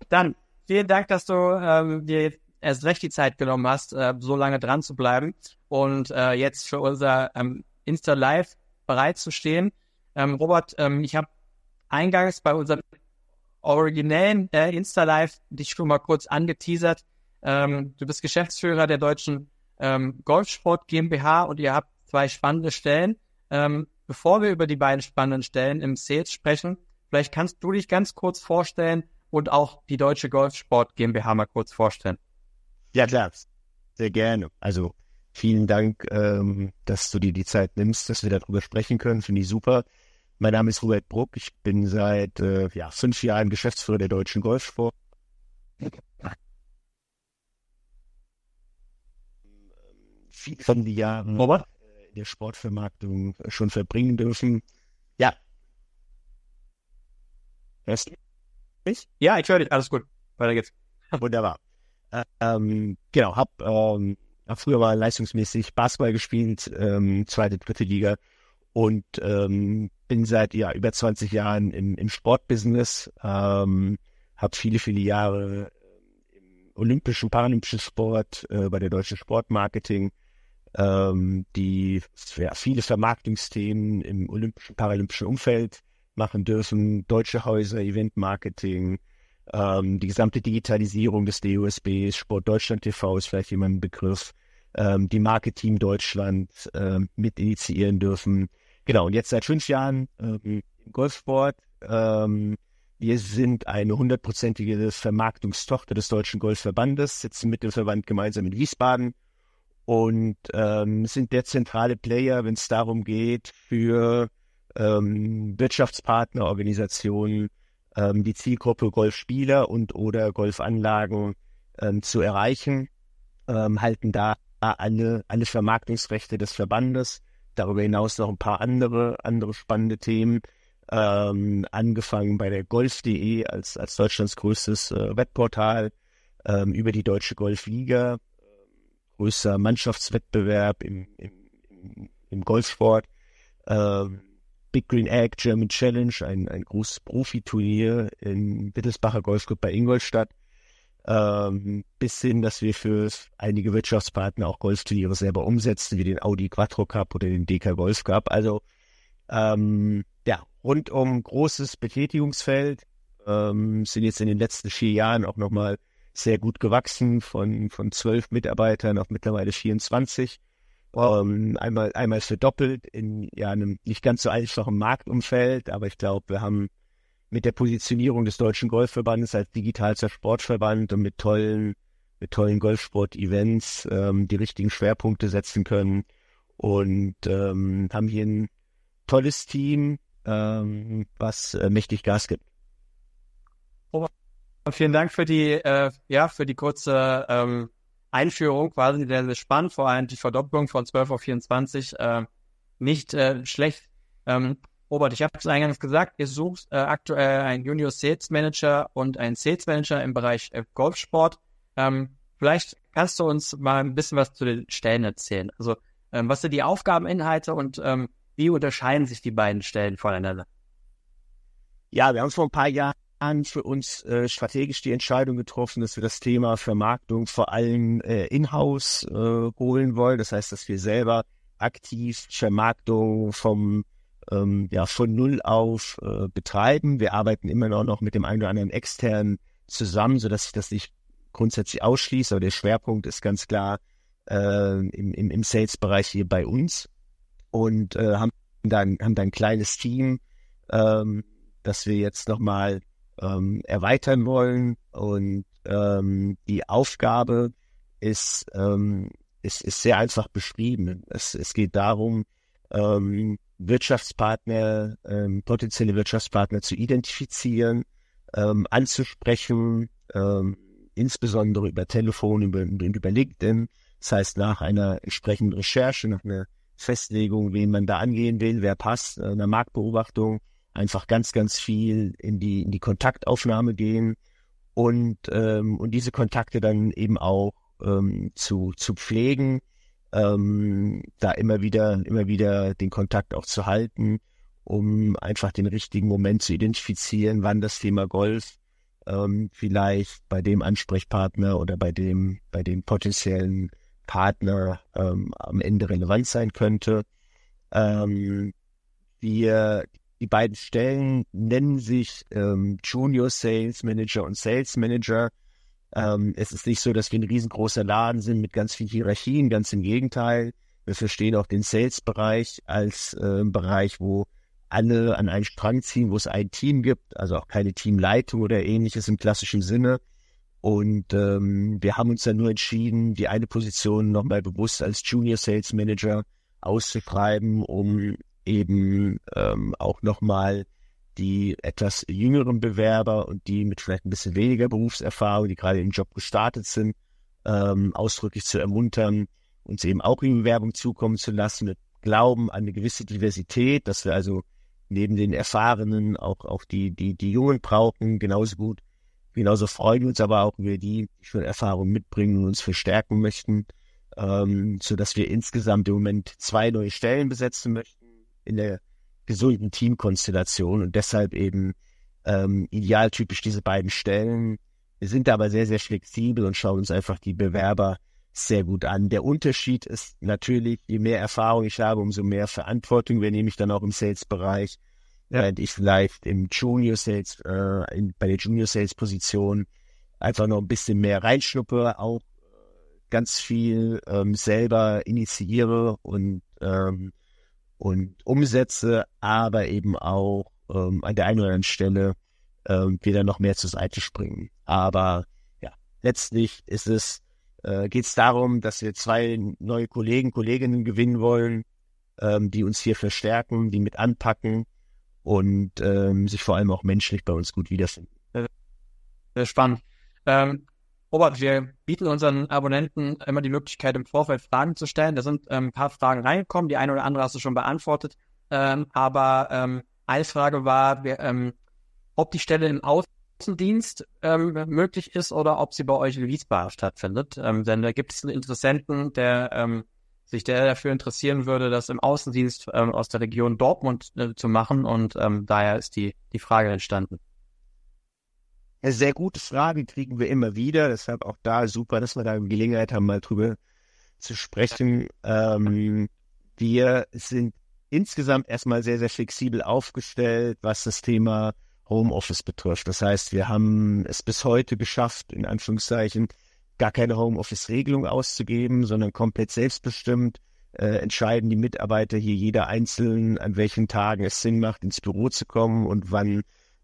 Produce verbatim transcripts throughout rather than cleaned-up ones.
Dann vielen Dank, dass du ähm, dir erst recht die Zeit genommen hast, äh, so lange dran zu bleiben und äh, jetzt für unser ähm, Insta-Live bereit zu stehen. Ähm, Robert, ähm, ich habe eingangs bei unserem originellen äh, Insta-Live dich schon mal kurz angeteasert. Ähm, du bist Geschäftsführer der Deutschen ähm, Golfsport GmbH und ihr habt zwei spannende Stellen. Ähm, bevor wir über die beiden spannenden Stellen im Sales sprechen, vielleicht kannst du dich ganz kurz vorstellen und auch die Deutsche Golfsport GmbH mal kurz vorstellen. Ja, klar, sehr gerne. Also vielen Dank, ähm, dass du dir die Zeit nimmst, dass wir darüber sprechen können. Finde ich super. Mein Name ist Robert Bruck. Ich bin seit äh, ja, fünf Jahren Geschäftsführer der Deutschen Golfsport. Viele von den Jahren Robert? in der Sportvermarktung schon verbringen dürfen. Ja. Hörst du mich? Ja, ich höre dich. Alles gut. Weiter geht's. Wunderbar. Ähm, genau, hab, ähm, hab früher mal leistungsmäßig Basketball gespielt, ähm, zweite, dritte Liga und ähm, bin seit ja über zwanzig Jahren im, im Sportbusiness, ähm, habe viele, viele Jahre im olympischen, paralympischen Sport, äh, bei der Deutschen Sportmarketing, ähm, die ja, viele Vermarktungsthemen im olympischen, paralympischen Umfeld machen dürfen, deutsche Häuser, Eventmarketing, Ähm, die gesamte Digitalisierung des D O S Bs, Sport Deutschland T V ist vielleicht jemand ein Begriff, ähm, die Marke Team Deutschland ähm, mit initiieren dürfen. Genau, und jetzt seit fünf Jahren ähm, im Golfsport. Ähm, wir sind eine hundertprozentige Vermarktungstochter des Deutschen Golfverbandes, sitzen mit dem Verband gemeinsam in Wiesbaden und ähm, sind der zentrale Player, wenn es darum geht, für ähm, Wirtschaftspartner, Organisationen, die Zielgruppe Golfspieler und oder Golfanlagen ähm, zu erreichen, ähm, halten da alle, alle Vermarktungsrechte des Verbandes, darüber hinaus noch ein paar andere, andere spannende Themen, ähm, angefangen bei der Golf punkt de als, als Deutschlands größtes äh, Wettportal, ähm, über die Deutsche Golfliga, äh, größter Mannschaftswettbewerb im, im, im, im Golfsport, ähm, Big Green Egg German Challenge, ein, ein großes Profiturnier im Wittelsbacher Golfclub bei Ingolstadt, ähm, bis hin, dass wir für einige Wirtschaftspartner auch Golfturniere selber umsetzen, wie den Audi Quattro Cup oder den D K Golf Cup. Also ähm, ja, rundum großes Betätigungsfeld, ähm, sind jetzt in den letzten vier Jahren auch nochmal sehr gut gewachsen, von von zwölf Mitarbeitern auf mittlerweile vierundzwanzig. Um, einmal, einmal verdoppelt in ja, einem nicht ganz so einfachen Marktumfeld, aber ich glaube, wir haben mit der Positionierung des Deutschen Golfverbandes als digitalster Sportverband und mit tollen, mit tollen Golfsport-Events ähm, die richtigen Schwerpunkte setzen können und ähm, haben hier ein tolles Team, ähm, was äh, mächtig Gas gibt. Robert, vielen Dank für die, äh, ja, für die kurze ähm Einführung, quasi sehr, sehr spannend, vor allem die Verdopplung von zwölf auf vierundzwanzig, äh, nicht äh, schlecht. Ähm, Robert, ich habe es eingangs gesagt, ihr sucht äh, aktuell einen Junior Sales Manager und einen Sales Manager im Bereich äh, Golfsport. Ähm, vielleicht kannst du uns mal ein bisschen was zu den Stellen erzählen. Also ähm, was sind die Aufgabeninhalte und ähm, wie unterscheiden sich die beiden Stellen voneinander? Ja, wir haben vor ein paar Jahren für uns äh, strategisch die Entscheidung getroffen, dass wir das Thema Vermarktung vor allem äh, in-house äh, holen wollen. Das heißt, dass wir selber aktiv Vermarktung vom ähm, ja von null auf äh, betreiben. Wir arbeiten immer noch, noch mit dem einen oder anderen externen zusammen, sodass sich das nicht grundsätzlich ausschließt. Aber der Schwerpunkt ist ganz klar äh, im, im, im Sales-Bereich hier bei uns und äh, haben dann haben dann ein kleines Team, ähm, das wir jetzt nochmal Ähm, erweitern wollen und ähm, die Aufgabe ist, ähm, ist, ist sehr einfach beschrieben. Es, es geht darum, ähm, Wirtschaftspartner, ähm, potenzielle Wirtschaftspartner zu identifizieren, ähm, anzusprechen, ähm, insbesondere über Telefon, über, über LinkedIn. Das heißt, nach einer entsprechenden Recherche, nach einer Festlegung, wen man da angehen will, wer passt, einer Marktbeobachtung, einfach ganz, ganz viel in die in die Kontaktaufnahme gehen und ähm, und diese Kontakte dann eben auch ähm, zu zu pflegen, ähm, da immer wieder immer wieder den Kontakt auch zu halten, um einfach den richtigen Moment zu identifizieren, wann das Thema Golf ähm, vielleicht bei dem Ansprechpartner oder bei dem, bei dem potenziellen Partner ähm, am Ende relevant sein könnte. Ähm, wir, die beiden Stellen nennen sich ähm, Junior Sales Manager und Sales Manager. Ähm, es ist nicht so, dass wir ein riesengroßer Laden sind mit ganz vielen Hierarchien, ganz im Gegenteil. Wir verstehen auch den Sales-Bereich als äh, Bereich, wo alle an einen Strang ziehen, wo es ein Team gibt, also auch keine Teamleitung oder ähnliches im klassischen Sinne. Und ähm, wir haben uns dann nur entschieden, die eine Position nochmal bewusst als Junior Sales Manager auszuschreiben, um eben ähm, auch nochmal die etwas jüngeren Bewerber und die mit vielleicht ein bisschen weniger Berufserfahrung, die gerade im Job gestartet sind, ähm, ausdrücklich zu ermuntern, uns eben auch in die Bewerbung zukommen zu lassen. Wir glauben an eine gewisse Diversität, dass wir also neben den Erfahrenen auch, auch die, die, die Jungen brauchen, genauso gut. Genauso freuen wir uns aber auch über die, die schon Erfahrung mitbringen und uns verstärken möchten, ähm, so dass wir insgesamt im Moment zwei neue Stellen besetzen möchten in der gesunden Teamkonstellation und deshalb eben ähm, idealtypisch diese beiden Stellen. Wir sind da aber sehr, sehr flexibel und schauen uns einfach die Bewerber sehr gut an. Der Unterschied ist natürlich, je mehr Erfahrung ich habe, umso mehr Verantwortung übernehme ich dann auch im Sales-Bereich. Ja. Während ich vielleicht im Junior Sales, äh, in, bei der Junior Sales Position einfach noch ein bisschen mehr reinschnuppe, auch ganz viel ähm, selber initiiere und ähm, und umsetze, aber eben auch ähm, an der einen oder anderen Stelle ähm, wieder noch mehr zur Seite springen. Aber ja, letztlich ist es, äh, geht es darum, dass wir zwei neue Kollegen, Kolleginnen gewinnen wollen, ähm, die uns hier verstärken, die mit anpacken und ähm, sich vor allem auch menschlich bei uns gut wiederfinden. Sehr spannend. Ähm, Robert, wir bieten unseren Abonnenten immer die Möglichkeit, im Vorfeld Fragen zu stellen. Da sind ähm, ein paar Fragen reingekommen. Die eine oder andere hast du schon beantwortet. Ähm, aber ähm, eine Frage war, wer, ähm, ob die Stelle im Außendienst ähm, möglich ist oder ob sie bei euch in Wiesbaden stattfindet. Ähm, denn da gibt es einen Interessenten, der ähm, sich der dafür interessieren würde, das im Außendienst ähm, aus der Region Dortmund äh, zu machen. Und ähm, daher ist die, die Frage entstanden. Ja, sehr gute Fragen kriegen wir immer wieder. Deshalb auch da super, dass wir da Gelegenheit haben, mal drüber zu sprechen. Ähm, wir sind insgesamt erstmal sehr, sehr flexibel aufgestellt, was das Thema Homeoffice betrifft. Das heißt, wir haben es bis heute geschafft, in Anführungszeichen, gar keine Homeoffice-Regelung auszugeben, sondern komplett selbstbestimmt äh, entscheiden die Mitarbeiter hier jeder einzeln, an welchen Tagen es Sinn macht, ins Büro zu kommen und wann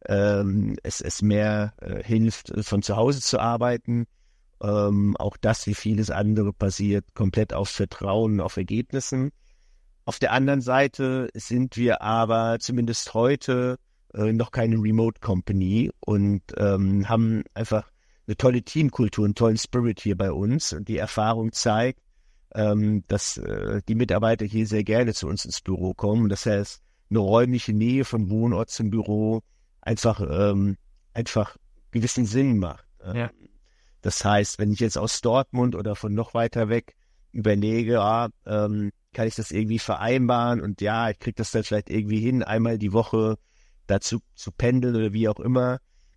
ähm, es, es mehr äh, hilft, von zu Hause zu arbeiten. Ähm, auch das, wie vieles andere, basiert komplett auf Vertrauen, auf Ergebnissen. Auf der anderen Seite sind wir aber zumindest heute äh, noch keine Remote Company und ähm, haben einfach eine tolle Teamkultur, einen tollen Spirit hier bei uns. Und die Erfahrung zeigt, ähm, dass äh, die Mitarbeiter hier sehr gerne zu uns ins Büro kommen. Das heißt, eine räumliche Nähe von Wohnort zum Büro einfach ähm, einfach gewissen Sinn macht. Ja. Das heißt, wenn ich jetzt aus Dortmund oder von noch weiter weg überlege, ah, ähm, kann ich das irgendwie vereinbaren und ja, ich kriege das dann vielleicht irgendwie hin, einmal die Woche dazu zu pendeln oder wie auch immer,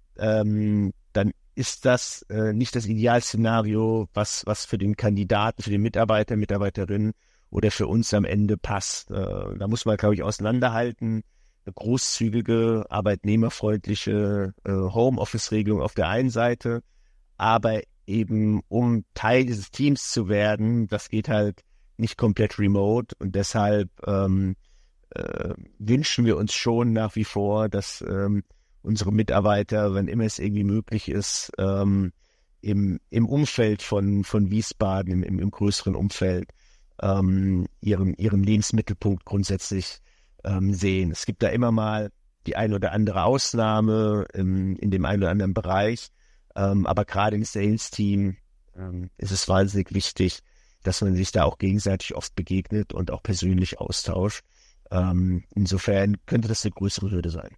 ähm, dann ist das äh, nicht das Idealszenario, was was für den Kandidaten, für den Mitarbeiter, Mitarbeiterin oder für uns am Ende passt. Äh, da muss man, glaube ich, auseinanderhalten. Eine großzügige, arbeitnehmerfreundliche äh, Homeoffice-Regelung auf der einen Seite, aber eben um Teil dieses Teams zu werden, das geht halt nicht komplett remote und deshalb ähm, äh, wünschen wir uns schon nach wie vor, dass ähm, unsere Mitarbeiter, wenn immer es irgendwie möglich ist, ähm, im, im Umfeld von, von Wiesbaden, im, im, im größeren Umfeld, ähm, ihren, ihren Lebensmittelpunkt grundsätzlich ähm, sehen. Es gibt da immer mal die ein oder andere Ausnahme im, in dem einen oder anderen Bereich, ähm, aber gerade im Sales-Team ähm, ist es wahnsinnig wichtig, dass man sich da auch gegenseitig oft begegnet und auch persönlich austauscht. Ähm, insofern könnte das eine größere Hürde sein.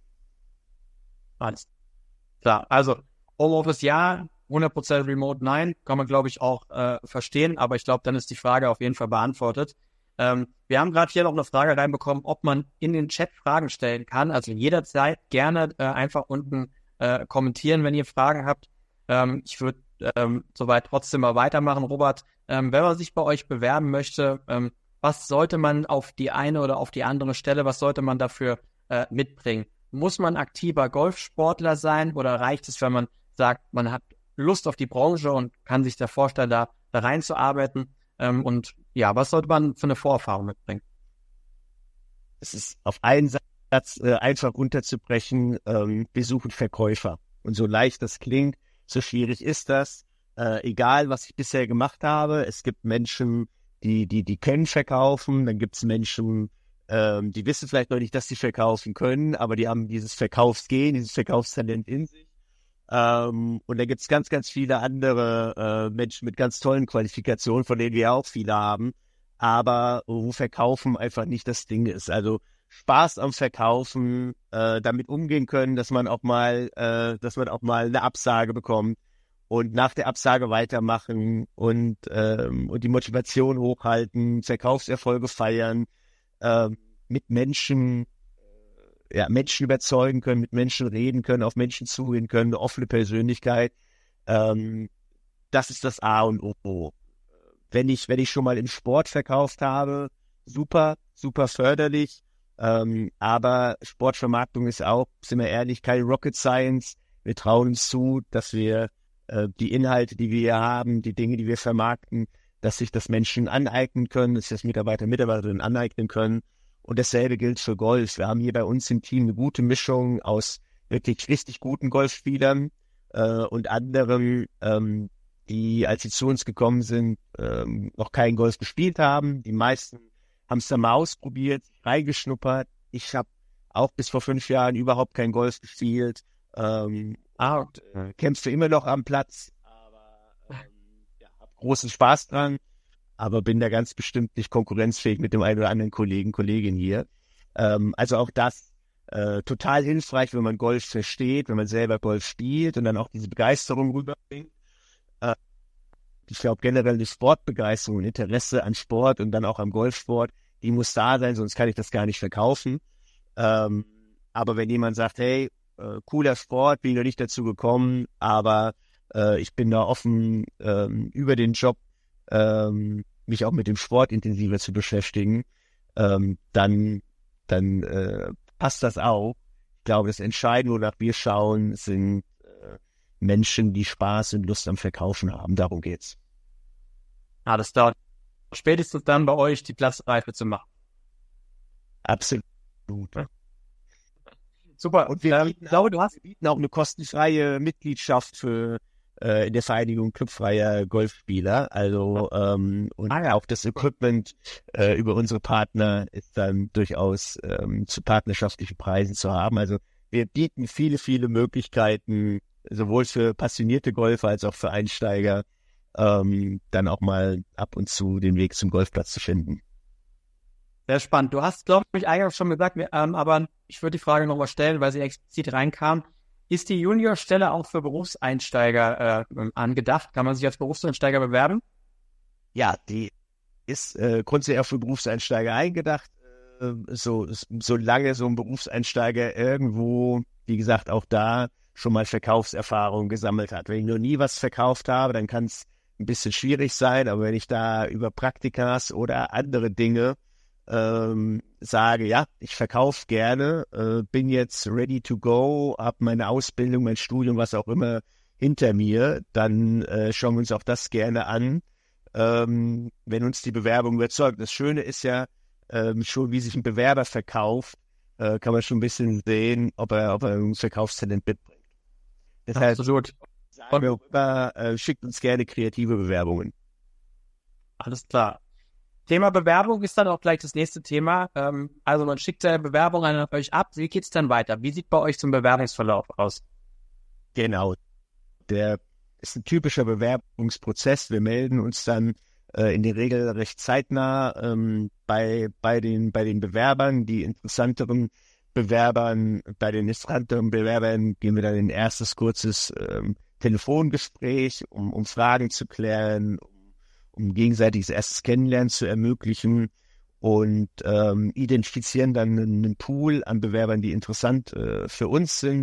Alles klar, also Homeoffice ja, hundert Prozent Remote nein, kann man glaube ich auch äh, verstehen, aber ich glaube, dann ist die Frage auf jeden Fall beantwortet. Ähm, wir haben gerade hier noch eine Frage reinbekommen, ob man in den Chat Fragen stellen kann, also jederzeit gerne äh, einfach unten äh, kommentieren, wenn ihr Fragen habt. Ähm, ich würde ähm, soweit trotzdem mal weitermachen. Robert, ähm, wenn man sich bei euch bewerben möchte, ähm, was sollte man auf die eine oder auf die andere Stelle, was sollte man dafür äh, mitbringen? Muss man aktiver Golfsportler sein oder reicht es, wenn man sagt, man hat Lust auf die Branche und kann sich da vorstellen, da, da reinzuarbeiten? Ähm, und ja, was sollte man für eine Vorerfahrung mitbringen? Es ist auf einen Satz äh, einfach runterzubrechen, ähm, wir suchen Verkäufer. Und so leicht das klingt, so schwierig ist das. Äh, egal, was ich bisher gemacht habe, es gibt Menschen, die die die können verkaufen, dann gibt es Menschen, ähm, die wissen vielleicht noch nicht, dass sie verkaufen können, aber die haben dieses Verkaufsgehen, dieses Verkaufstalent in sich. Ähm, und da gibt es ganz, ganz viele andere äh, Menschen mit ganz tollen Qualifikationen, von denen wir auch viele haben, aber wo Verkaufen einfach nicht das Ding ist. Also Spaß am Verkaufen, äh, damit umgehen können, dass man auch mal, äh, dass man auch mal eine Absage bekommt und nach der Absage weitermachen und ähm, und die Motivation hochhalten, Verkaufserfolge feiern, äh, mit Menschen ja, Menschen überzeugen können, mit Menschen reden können, auf Menschen zugehen können, eine offene Persönlichkeit. Ähm, das ist das A und O. Wenn ich, wenn ich schon mal im Sport verkauft habe, super, super förderlich. Ähm, aber Sportvermarktung ist auch, sind wir ehrlich, keine Rocket Science. Wir trauen uns zu, dass wir äh, die Inhalte, die wir hier haben, die Dinge, die wir vermarkten, dass sich das Menschen aneignen können, dass sich das Mitarbeiter, Mitarbeiterinnen aneignen können. Und dasselbe gilt für Golf. Wir haben hier bei uns im Team eine gute Mischung aus wirklich richtig guten Golfspielern äh, und anderen, ähm, die, als sie zu uns gekommen sind, ähm, noch keinen Golf gespielt haben. Die meisten haben es dann mal ausprobiert, reingeschnuppert. Ich habe auch bis vor fünf Jahren überhaupt kein Golf gespielt. Ähm, ah, und äh, kämpfe immer noch am Platz, aber ähm, ja, habe großen Spaß dran. Aber bin da ganz bestimmt nicht konkurrenzfähig mit dem einen oder anderen Kollegen, Kollegin hier. Ähm, also auch das äh, total hilfreich, wenn man Golf versteht, wenn man selber Golf spielt und dann auch diese Begeisterung rüberbringt. Äh, ich glaube generell eine Sportbegeisterung, ein Interesse an Sport und dann auch am Golfsport, die muss da sein, sonst kann ich das gar nicht verkaufen. Ähm, aber wenn jemand sagt, hey, äh, cooler Sport, bin ich noch nicht dazu gekommen, aber äh, ich bin da offen ähm, über den Job, Ähm, mich auch mit dem Sport intensiver zu beschäftigen, ähm, dann, dann äh, passt das auch. Ich glaube, das Entscheidende, wonach wir schauen, sind äh, Menschen, die Spaß und Lust am Verkaufen haben. Darum geht's. Ah, das dauert spätestens dann bei euch, die Platzreife zu machen. Absolut. Ja. Super. Und wir, ähm, bieten, glaube, du hast... wir bieten auch eine kostenfreie Mitgliedschaft für in der Vereinigung clubfreier Golfspieler, also ähm, und ah, ja. auch das Equipment äh, über unsere Partner ist dann durchaus ähm, zu partnerschaftlichen Preisen zu haben. Also wir bieten viele, viele Möglichkeiten, sowohl für passionierte Golfer als auch für Einsteiger, ähm, dann auch mal ab und zu den Weg zum Golfplatz zu finden. Sehr spannend. Du hast, glaube ich, eigentlich schon gesagt, ähm, aber ich würde die Frage nochmal stellen, weil sie explizit reinkam. Ist die Juniorstelle auch für Berufseinsteiger äh, angedacht? Kann man sich als Berufseinsteiger bewerben? Ja, die ist äh, grundsätzlich auch für Berufseinsteiger eingedacht. Äh, so, solange so ein Berufseinsteiger irgendwo, wie gesagt, auch da schon mal Verkaufserfahrung gesammelt hat. Wenn ich noch nie was verkauft habe, dann kann es ein bisschen schwierig sein. Aber wenn ich da über Praktikas oder andere Dinge Ähm, sage, ja, ich verkaufe gerne, äh, bin jetzt ready to go, habe meine Ausbildung, mein Studium, was auch immer hinter mir, dann äh, schauen wir uns auch das gerne an, ähm, wenn uns die Bewerbung überzeugt. Das Schöne ist ja, ähm, schon wie sich ein Bewerber verkauft, äh, kann man schon ein bisschen sehen, ob er, ob er ein Verkaufstalent mitbringt. Deshalb Absolut. sagen wir immer, äh, schickt uns gerne kreative Bewerbungen. Alles klar. Thema Bewerbung ist dann auch gleich das nächste Thema. Ähm, also man schickt seine Bewerbung an euch ab. Wie geht's dann weiter? Wie sieht bei euch zum Bewerbungsverlauf aus? Genau. Der ist ein typischer Bewerbungsprozess. Wir melden uns dann äh, in der Regel recht zeitnah ähm, bei, bei, den, bei den Bewerbern. Die interessanteren Bewerbern, bei den interessanteren Bewerbern gehen wir dann in ein erstes kurzes ähm, Telefongespräch, um, um Fragen zu klären, um gegenseitiges erstes Kennenlernen zu ermöglichen und ähm, identifizieren dann einen Pool an Bewerbern, die interessant äh, für uns sind,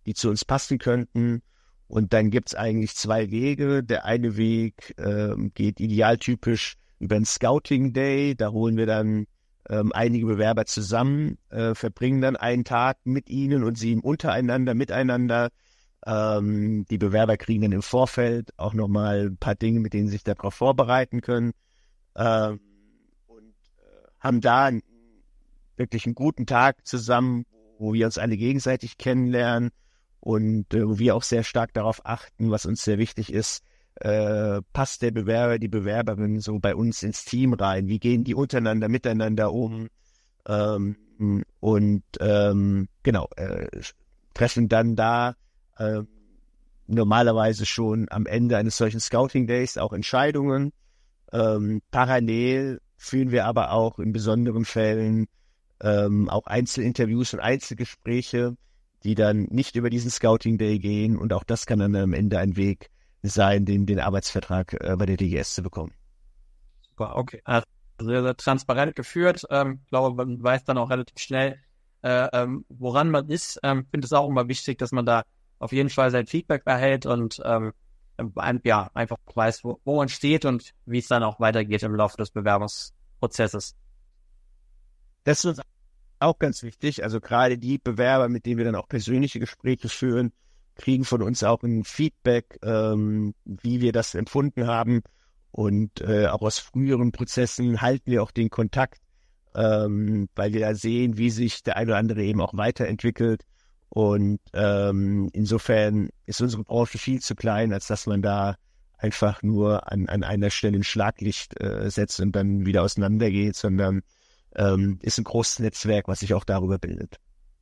die zu uns passen könnten. Und dann gibt's eigentlich zwei Wege. Der eine Weg ähm, geht idealtypisch über einen Scouting Day. Da holen wir dann ähm, einige Bewerber zusammen, äh, verbringen dann einen Tag mit ihnen und sie untereinander, miteinander. Ähm, die Bewerber kriegen dann im Vorfeld auch nochmal ein paar Dinge, mit denen sie sich darauf vorbereiten können. Ähm, und äh, haben da einen, wirklich einen guten Tag zusammen, wo wir uns alle gegenseitig kennenlernen. Und äh, wo wir auch sehr stark darauf achten, was uns sehr wichtig ist, äh, passt der Bewerber, die Bewerberin so bei uns ins Team rein? Wie gehen die untereinander, miteinander um? Ähm, und ähm, genau, äh, treffen dann da äh, normalerweise schon am Ende eines solchen Scouting Days auch Entscheidungen. Ähm, parallel führen wir aber auch in besonderen Fällen ähm, auch Einzelinterviews und Einzelgespräche, die dann nicht über diesen Scouting Day gehen, und auch das kann dann am Ende ein Weg sein, den, den Arbeitsvertrag äh, bei der D G S zu bekommen. Super, okay. Also sehr, sehr transparent geführt. Ähm, ich glaube, man weiß dann auch relativ schnell, äh, ähm, woran man ist. Ich ähm, finde es auch immer wichtig, dass man da auf jeden Fall sein Feedback erhält und ähm, ja, einfach weiß, wo, wo man steht und wie es dann auch weitergeht im Laufe des Bewerbungsprozesses. Das ist uns auch ganz wichtig. Also gerade die Bewerber, mit denen wir dann auch persönliche Gespräche führen, kriegen von uns auch ein Feedback, ähm, wie wir das empfunden haben. Und äh, auch aus früheren Prozessen halten wir auch den Kontakt, ähm, weil wir da sehen, wie sich der eine oder andere eben auch weiterentwickelt. Und ähm, insofern ist unsere Branche viel zu klein, als dass man da einfach nur an, an einer Stelle ein Schlaglicht äh, setzt und dann wieder auseinandergeht, sondern ähm, ist ein großes Netzwerk, was sich auch darüber bildet.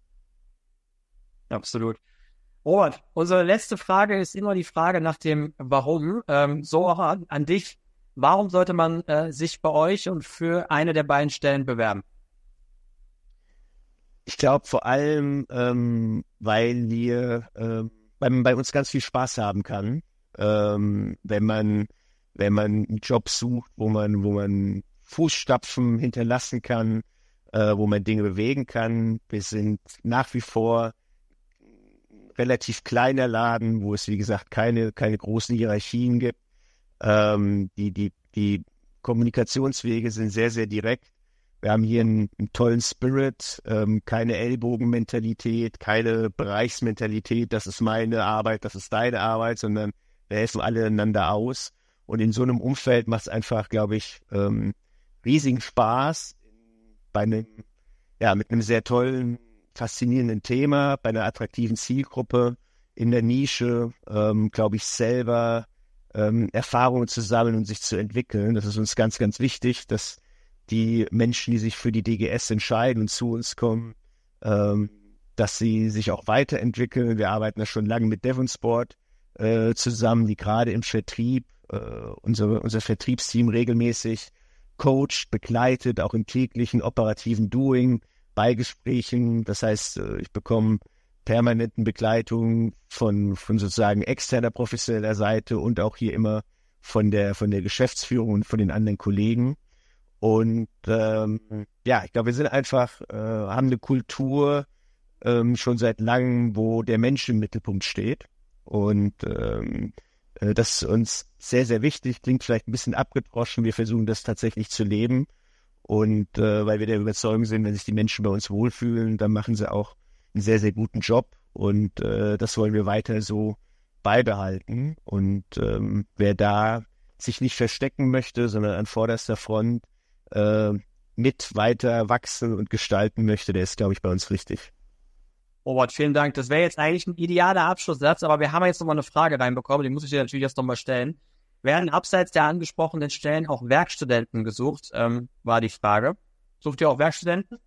Absolut. Robert, unsere letzte Frage ist immer die Frage nach dem Warum. Ähm, so auch an, an dich. Warum sollte man äh, sich bei euch und für eine der beiden Stellen bewerben? Ich glaube vor allem, ähm, weil wir, äh, weil man bei uns ganz viel Spaß haben kann, ähm, wenn man, wenn man einen Job sucht, wo man, wo man Fußstapfen hinterlassen kann, äh, wo man Dinge bewegen kann. Wir sind nach wie vor ein relativ kleiner Laden, wo es wie gesagt keine, keine großen Hierarchien gibt. Ähm, die, die, die Kommunikationswege sind sehr, sehr direkt. Wir haben hier einen, einen tollen Spirit, ähm, keine Ellbogenmentalität, keine Bereichsmentalität, das ist meine Arbeit, das ist deine Arbeit, sondern wir helfen alle einander aus. Und in so einem Umfeld macht es einfach, glaube ich, ähm, riesigen Spaß, bei einem, ja, mit einem sehr tollen, faszinierenden Thema, bei einer attraktiven Zielgruppe, in der Nische, ähm, glaube ich, selber ähm, Erfahrungen zu sammeln und sich zu entwickeln. Das ist uns ganz, ganz wichtig, dass die Menschen, die sich für die D G S entscheiden und zu uns kommen, ähm, dass sie sich auch weiterentwickeln. Wir arbeiten da schon lange mit Devonsport äh, zusammen, die gerade im Vertrieb, äh, unsere, unser Vertriebsteam regelmäßig coacht, begleitet, auch im täglichen operativen Doing, bei Gesprächen. Das heißt, äh, ich bekomme permanenten Begleitung von, von sozusagen externer professioneller Seite und auch hier immer von der, von der Geschäftsführung und von den anderen Kollegen. Und ähm, ja, ich glaube, wir sind einfach, äh, haben eine Kultur ähm, schon seit langem, wo der Mensch im Mittelpunkt steht. Und ähm, äh, das ist uns sehr, sehr wichtig, klingt vielleicht ein bisschen abgedroschen. Wir versuchen das tatsächlich zu leben. Und äh, weil wir der Überzeugung sind, wenn sich die Menschen bei uns wohlfühlen, dann machen sie auch einen sehr, sehr guten Job. Und äh, das wollen wir weiter so beibehalten. Und ähm, wer da sich nicht verstecken möchte, sondern an vorderster Front äh, mit weiter wachsen und gestalten möchte, der ist, glaube ich, bei uns richtig. Robert, vielen Dank. Das wäre jetzt eigentlich ein idealer Abschlusssatz, aber wir haben jetzt nochmal eine Frage reinbekommen, die muss ich dir natürlich erst nochmal stellen. Werden abseits der angesprochenen Stellen auch Werkstudenten gesucht, ähm, war die Frage. Sucht ihr auch Werkstudenten?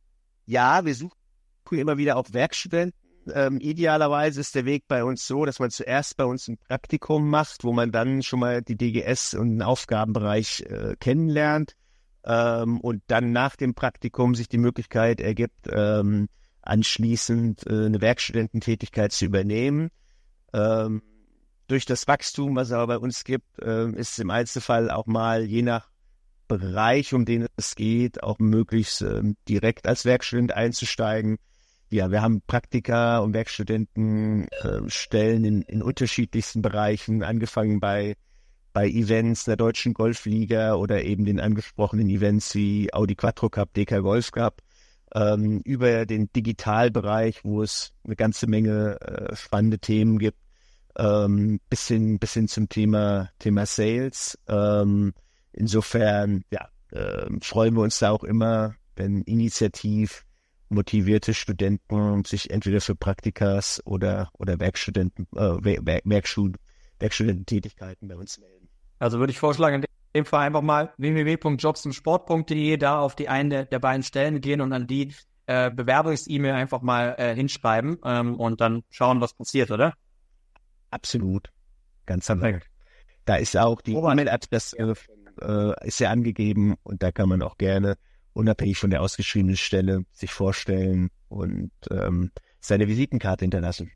Ja, wir suchen immer wieder auch Werkstudenten. Ähm, idealerweise ist der Weg bei uns so, dass man zuerst bei uns ein Praktikum macht, wo man dann schon mal die D G S und den Aufgabenbereich äh, kennenlernt ähm, und dann nach dem Praktikum sich die Möglichkeit ergibt, ähm, anschließend äh, eine Werkstudententätigkeit zu übernehmen. Ähm, durch das Wachstum, was es aber bei uns gibt, äh, ist es im Einzelfall auch mal je nach Bereich, um den es geht, auch möglichst äh, direkt als Werkstudent einzusteigen. ja, wir haben Praktika und Werkstudentenstellen äh, in, in unterschiedlichsten Bereichen, angefangen bei bei Events der Deutschen Golfliga oder eben den angesprochenen Events wie Audi Quattro Cup, D K Golf Cup, ähm, über den Digitalbereich, wo es eine ganze Menge äh, spannende Themen gibt, ähm, bis hin, bis hin zum Thema, Thema Sales. Ähm, insofern, ja, äh, freuen wir uns da auch immer, wenn initiativ motivierte Studenten sich entweder für Praktikas oder, oder Werkstudenten, äh, Werk, Werkschul, Werkstudententätigkeiten bei uns melden. Also würde ich vorschlagen, in dem Fall einfach mal w w w punkt jobs im sport punkt d e, da auf die eine der, der beiden Stellen gehen und an die äh, Bewerbungs-E-Mail einfach mal äh, hinschreiben ähm, und dann schauen, was passiert, oder? Absolut. Ganz perfekt. Da ist auch die E-Mail-Adresse äh, ist ja angegeben und da kann man auch gerne unabhängig von der ausgeschriebenen Stelle sich vorstellen und ähm, seine Visitenkarte hinterlassen.